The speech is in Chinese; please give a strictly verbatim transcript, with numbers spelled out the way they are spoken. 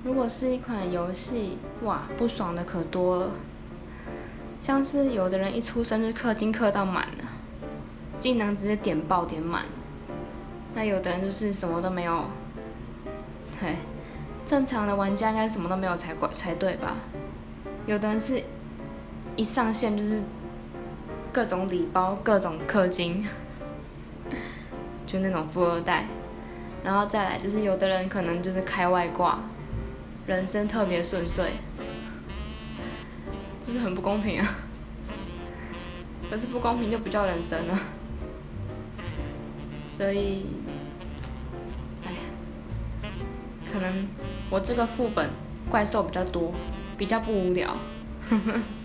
如果是一款游戏，哇，不爽的可多了。像是有的人一出生就氪金氪到满了，技能直接点爆点满。那有的人就是什么都没有，对，正常的玩家应该什么都没有才怪才对吧？有的人是一上线就是各种礼包、各种氪金，就那种富二代。然后再来就是有的人可能就是开外挂，人生特别顺遂，就是很不公平啊。可是不公平就不叫人生了，所以，哎，可能我这个副本怪兽比较多，比较不无聊。